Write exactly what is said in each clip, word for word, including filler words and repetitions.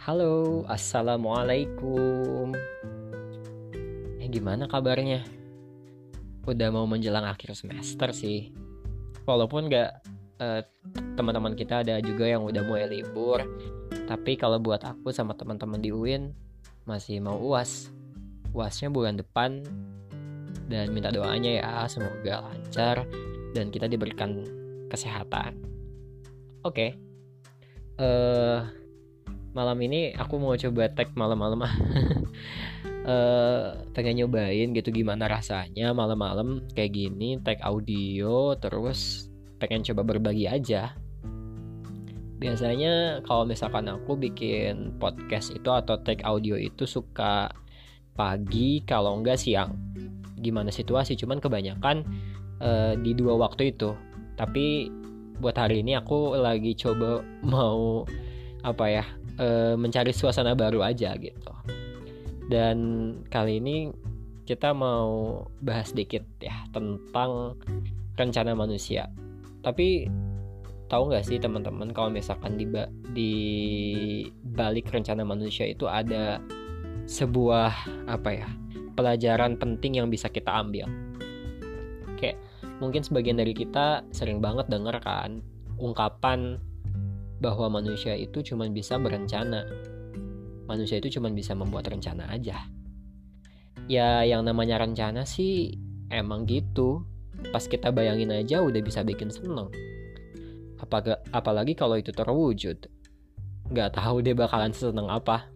Halo, assalamualaikum. Eh, gimana kabarnya? Udah mau menjelang akhir semester sih. Walaupun nggak eh, teman-teman kita ada juga yang udah mulai libur. Tapi kalau buat aku sama teman-teman di U I N masih mau U A S. U A S-nya bulan depan dan minta doanya ya semoga lancar dan kita diberikan kesehatan. Oke. Eh malam ini aku mau coba tag malam-malam ah. uh, pengen nyobain gitu gimana rasanya malam-malam kayak gini tag audio, terus pengen coba berbagi aja. Biasanya kalau misalkan aku bikin podcast itu atau tag audio itu suka pagi, kalau enggak siang, gimana situasi, cuman kebanyakan uh, di dua waktu itu. Tapi buat hari ini aku lagi coba mau apa ya e, mencari suasana baru aja gitu. Dan kali ini kita mau bahas dikit ya tentang rencana manusia. Tapi tahu nggak sih teman-teman kalau misalkan di, ba- di balik rencana manusia itu ada sebuah apa ya pelajaran penting yang bisa kita ambil. Kayak mungkin sebagian dari kita sering banget denger kan ungkapan bahwa manusia itu cuma bisa berencana. Manusia itu cuma bisa membuat rencana aja. Ya yang namanya rencana sih emang gitu. Pas kita bayangin aja udah bisa bikin seneng. Apag- apalagi kalau itu terwujud. Gak tahu deh bakalan seneng apa.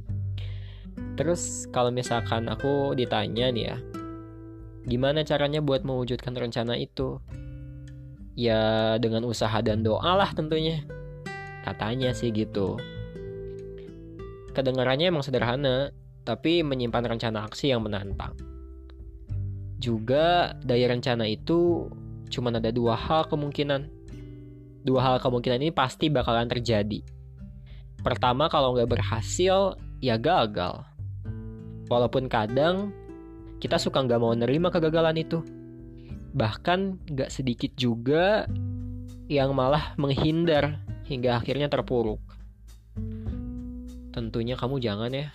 Terus kalau misalkan aku ditanya nih ya, gimana caranya buat mewujudkan rencana itu? Ya dengan usaha dan doa lah tentunya. Katanya sih gitu. Kedengarannya emang sederhana, tapi menyimpan rencana aksi yang menantang. Juga dari rencana itu cuma ada dua hal kemungkinan. Dua hal kemungkinan ini pasti bakalan terjadi. Pertama, kalau nggak berhasil, ya gagal. Walaupun kadang kita suka nggak mau nerima kegagalan itu. Bahkan nggak sedikit juga yang malah menghindar hingga akhirnya terpuruk. Tentunya kamu jangan ya.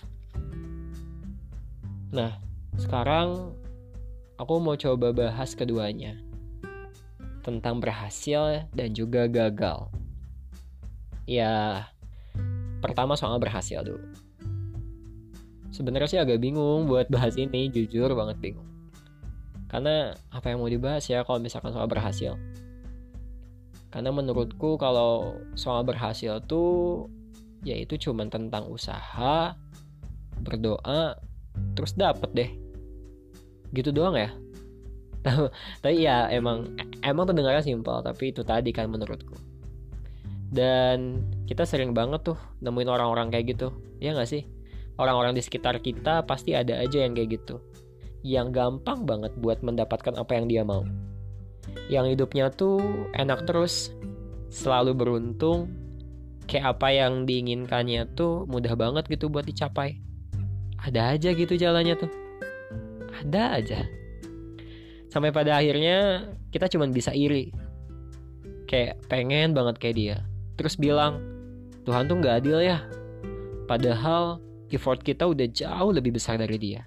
Nah, sekarang aku mau coba bahas keduanya. Tentang berhasil dan juga gagal. Ya, pertama soal berhasil dulu. Sebenarnya sih agak bingung buat bahas ini, jujur banget bingung. Karena apa yang mau dibahas ya kalau misalkan soal berhasil? Karena menurutku kalau soal berhasil tuh ya itu cuma tentang usaha, berdoa, terus dapet deh. Gitu doang ya. Tapi ya emang emang terdengarnya simpel, tapi itu tadi kan menurutku. Dan kita sering banget tuh nemuin orang-orang kayak gitu. Ya gak sih? Orang-orang di sekitar kita pasti ada aja yang kayak gitu. Yang gampang banget buat mendapatkan apa yang dia mau. Yang hidupnya tuh enak terus, selalu beruntung, kayak apa yang diinginkannya tuh mudah banget gitu buat dicapai. Ada aja gitu jalannya tuh. Ada aja. Sampai pada akhirnya kita cuma bisa iri. Kayak pengen banget kayak dia. Terus bilang, Tuhan tuh gak adil ya. Padahal effort kita udah jauh lebih besar dari dia.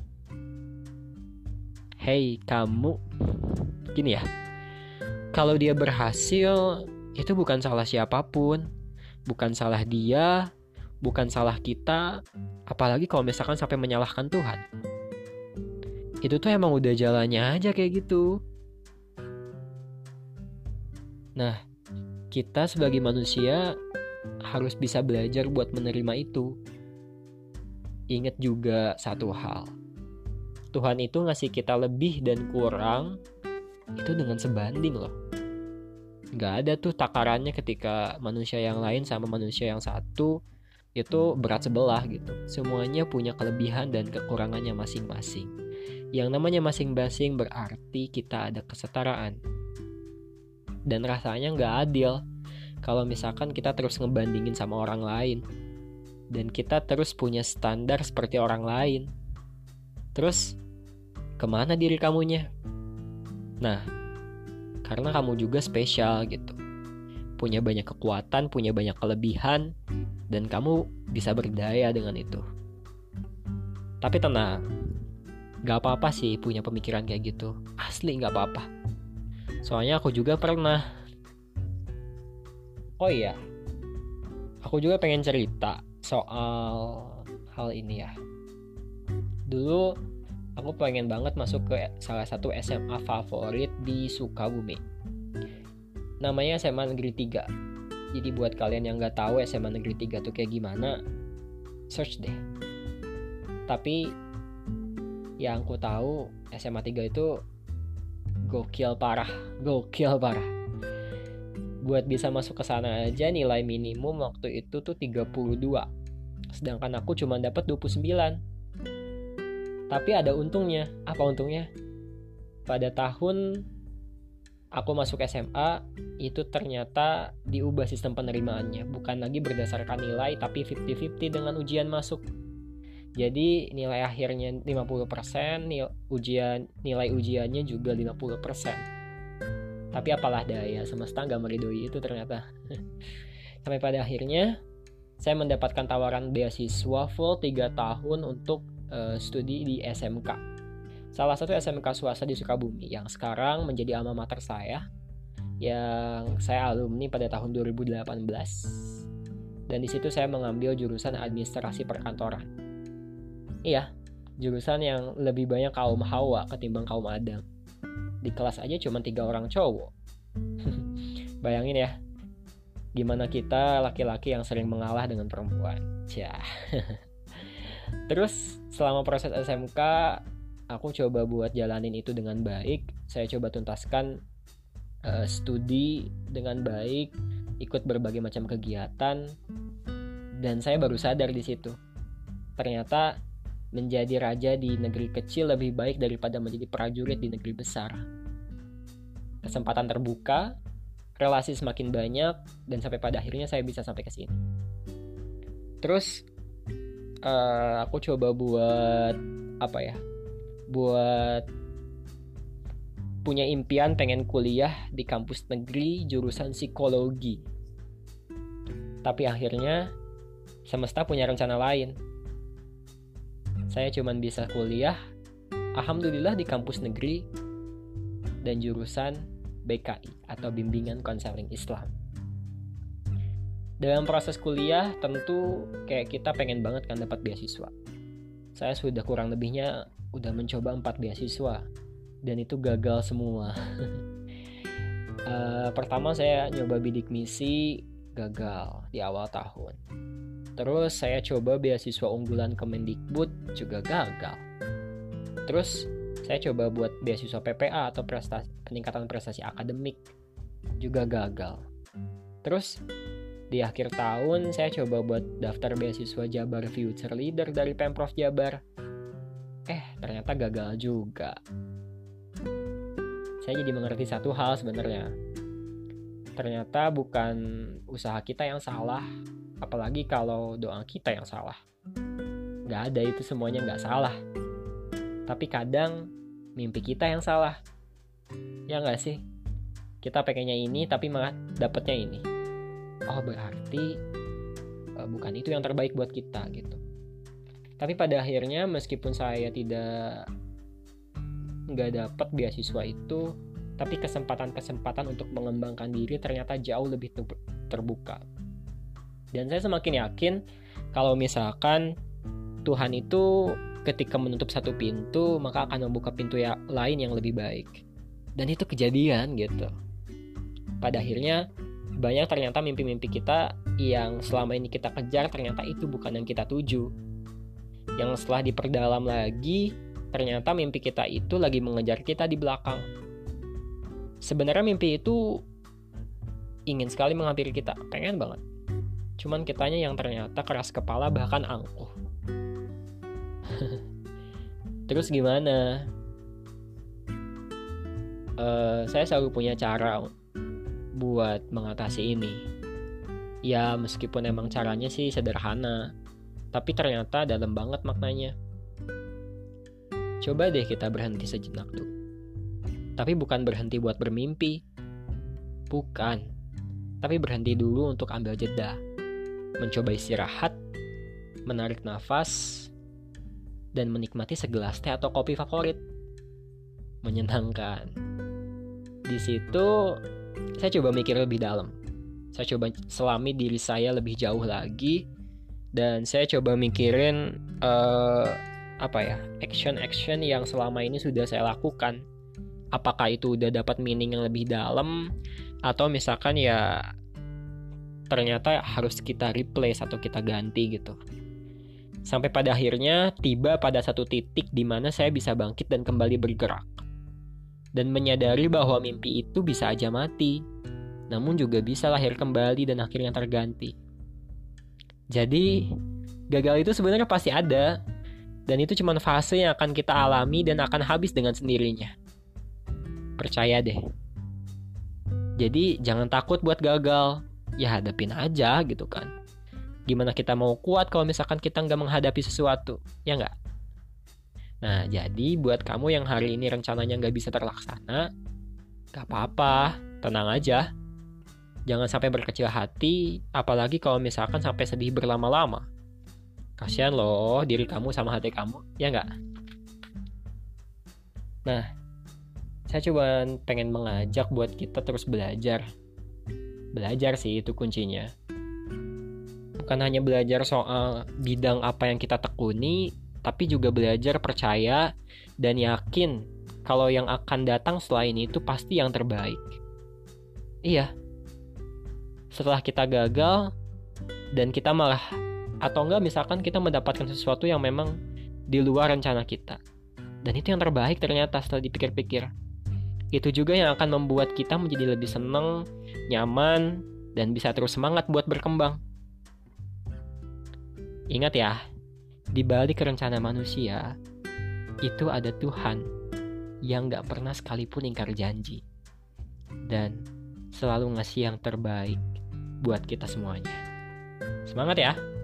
Hey kamu, gini ya. Kalau dia berhasil, itu bukan salah siapapun. Bukan salah dia, bukan salah kita. Apalagi kalau misalkan sampai menyalahkan Tuhan. Itu tuh emang udah jalannya aja kayak gitu. Nah, kita sebagai manusia harus bisa belajar buat menerima itu. Ingat juga satu hal. Tuhan itu ngasih kita lebih dan kurang itu dengan sebanding loh. Gak ada tuh takarannya ketika manusia yang lain sama manusia yang satu itu berat sebelah gitu. Semuanya punya kelebihan dan kekurangannya masing-masing. Yang namanya masing-masing berarti kita ada kesetaraan. Dan rasanya gak adil kalau misalkan kita terus ngebandingin sama orang lain. Dan kita terus punya standar seperti orang lain. Terus kemana diri kamunya? Nah, karena kamu juga spesial gitu. Punya banyak kekuatan, punya banyak kelebihan. dan kamu bisa berdaya dengan itu. Tapi tenang, gak apa-apa sih punya pemikiran kayak gitu. Asli gak apa-apa. Soalnya aku juga pernah. Oh iya, aku juga pengen cerita soal hal ini ya. Dulu aku pengen banget masuk ke salah satu S M A favorit di Sukabumi. Namanya S M A Negeri tiga. Jadi buat kalian yang gak tahu S M A Negeri tiga tuh kayak gimana, search deh. Tapi yang aku tahu S M A tiga itu gokil parah, gokil parah. Buat bisa masuk ke sana aja nilai minimum waktu itu tuh tiga puluh dua. Sedangkan aku cuma dapat dua puluh sembilan. Tapi ada untungnya. Apa untungnya? Pada tahun aku masuk S M A, itu ternyata diubah sistem penerimaannya. Bukan lagi berdasarkan nilai, tapi lima puluh lima puluh dengan ujian masuk. Jadi nilai akhirnya lima puluh persen, nilai, ujian, nilai ujiannya juga lima puluh persen. Tapi apalah daya, semesta gak meridoi itu ternyata. Sampai pada akhirnya, saya mendapatkan tawaran beasiswa full tiga tahun untuk uh, studi di S M K. Salah satu S M K swasta di Sukabumi yang sekarang menjadi alma mater saya, yang saya alumni pada tahun dua ribu delapan belas. Dan di situ saya mengambil jurusan administrasi perkantoran. Iya, jurusan yang lebih banyak kaum Hawa ketimbang kaum Adam. Di kelas aja cuma tiga orang cowok. Bayangin ya, gimana kita laki-laki yang sering mengalah dengan perempuan. Cah. Terus selama proses S M K, aku coba buat jalanin itu dengan baik. Saya coba tuntaskan uh, studi dengan baik, ikut berbagai macam kegiatan, dan saya baru sadar di situ. Ternyata menjadi raja di negeri kecil lebih baik daripada menjadi prajurit di negeri besar. Kesempatan terbuka, relasi semakin banyak, dan sampai pada akhirnya saya bisa sampai ke sini. Terus uh, aku coba buat apa ya? Buat punya impian pengen kuliah di kampus negeri jurusan psikologi. Tapi akhirnya semesta punya rencana lain. Saya cuma bisa kuliah, alhamdulillah, di kampus negeri dan jurusan B K I atau Bimbingan Konseling Islam. Dalam proses kuliah tentu kayak kita pengen banget kan dapat beasiswa. Saya sudah kurang lebihnya udah mencoba empat beasiswa dan itu gagal semua. uh, pertama saya nyoba bidik misi, gagal di awal tahun. Terus saya coba beasiswa unggulan Kemendikbud, juga gagal. Terus saya coba buat beasiswa P P A atau prestasi, peningkatan prestasi akademik, juga gagal. Terus di akhir tahun saya coba buat daftar beasiswa Jabar Future Leader dari Pemprov Jabar. Eh, ternyata gagal juga. Saya jadi mengerti satu hal sebenarnya. Ternyata bukan usaha kita yang salah, apalagi kalau doa kita yang salah. Gak ada itu, semuanya gak salah. Tapi kadang mimpi kita yang salah. Ya gak sih? Kita pengennya ini tapi malah dapetnya ini. Oh, berarti uh, bukan itu yang terbaik buat kita gitu. Tapi pada akhirnya meskipun saya tidak nggak dapat beasiswa itu, tapi kesempatan-kesempatan untuk mengembangkan diri ternyata jauh lebih terbuka. Dan saya semakin yakin kalau misalkan Tuhan itu ketika menutup satu pintu, maka akan membuka pintu yang lain yang lebih baik. Dan itu kejadian gitu. Pada akhirnya banyak ternyata mimpi-mimpi kita yang selama ini kita kejar ternyata itu bukan yang kita tuju. Yang setelah diperdalam lagi, ternyata mimpi kita itu lagi mengejar kita di belakang. Sebenarnya mimpi itu ingin sekali menghampiri kita, pengen banget. Cuman kitanya yang ternyata keras kepala bahkan angkuh. Terus gimana? Uh, saya selalu punya cara buat mengatasi ini. Ya meskipun emang caranya sih sederhana, tapi ternyata dalam banget maknanya. Coba deh kita berhenti sejenak tuh. Tapi bukan berhenti buat bermimpi. Bukan. Tapi berhenti dulu untuk ambil jeda. mencoba istirahat, menarik nafas, dan menikmati segelas teh atau kopi favorit. Menyenangkan. Di situ saya coba mikir lebih dalam. Saya coba selami diri saya lebih jauh lagi, dan saya coba mikirin uh, apa ya, action-action yang selama ini sudah saya lakukan. Apakah itu udah dapat meaning yang lebih dalam, atau misalkan ya ternyata harus kita replace atau kita ganti gitu. Sampai pada akhirnya tiba pada satu titik di mana saya bisa bangkit dan kembali bergerak. Dan menyadari bahwa mimpi itu bisa aja mati, namun juga bisa lahir kembali dan akhirnya terganti. Jadi, gagal itu sebenarnya pasti ada, dan itu cuma fase yang akan kita alami dan akan habis dengan sendirinya. Percaya deh. Jadi, jangan takut buat gagal. Ya hadapin aja gitu kan. Gimana kita mau kuat kalau misalkan kita nggak menghadapi sesuatu, ya nggak? Nah, jadi buat kamu yang hari ini rencananya nggak bisa terlaksana, nggak apa-apa, tenang aja. Jangan sampai berkecil hati, apalagi kalau misalkan sampai sedih berlama-lama. Kasian loh diri kamu sama hati kamu, ya nggak? Nah, saya coba pengen mengajak buat kita terus belajar. Belajar sih itu kuncinya. Bukan hanya belajar soal bidang apa yang kita tekuni, tapi juga belajar percaya dan yakin kalau yang akan datang setelah ini itu pasti yang terbaik. Iya. Setelah kita gagal dan kita malah, atau enggak misalkan kita mendapatkan sesuatu yang memang di luar rencana kita, dan itu yang terbaik ternyata setelah dipikir-pikir. Itu juga yang akan membuat kita menjadi lebih senang, nyaman, dan bisa terus semangat buat berkembang. Ingat ya, di balik rencana manusia itu ada Tuhan yang gak pernah sekalipun ingkar janji, dan selalu ngasih yang terbaik buat kita semuanya. Semangat ya!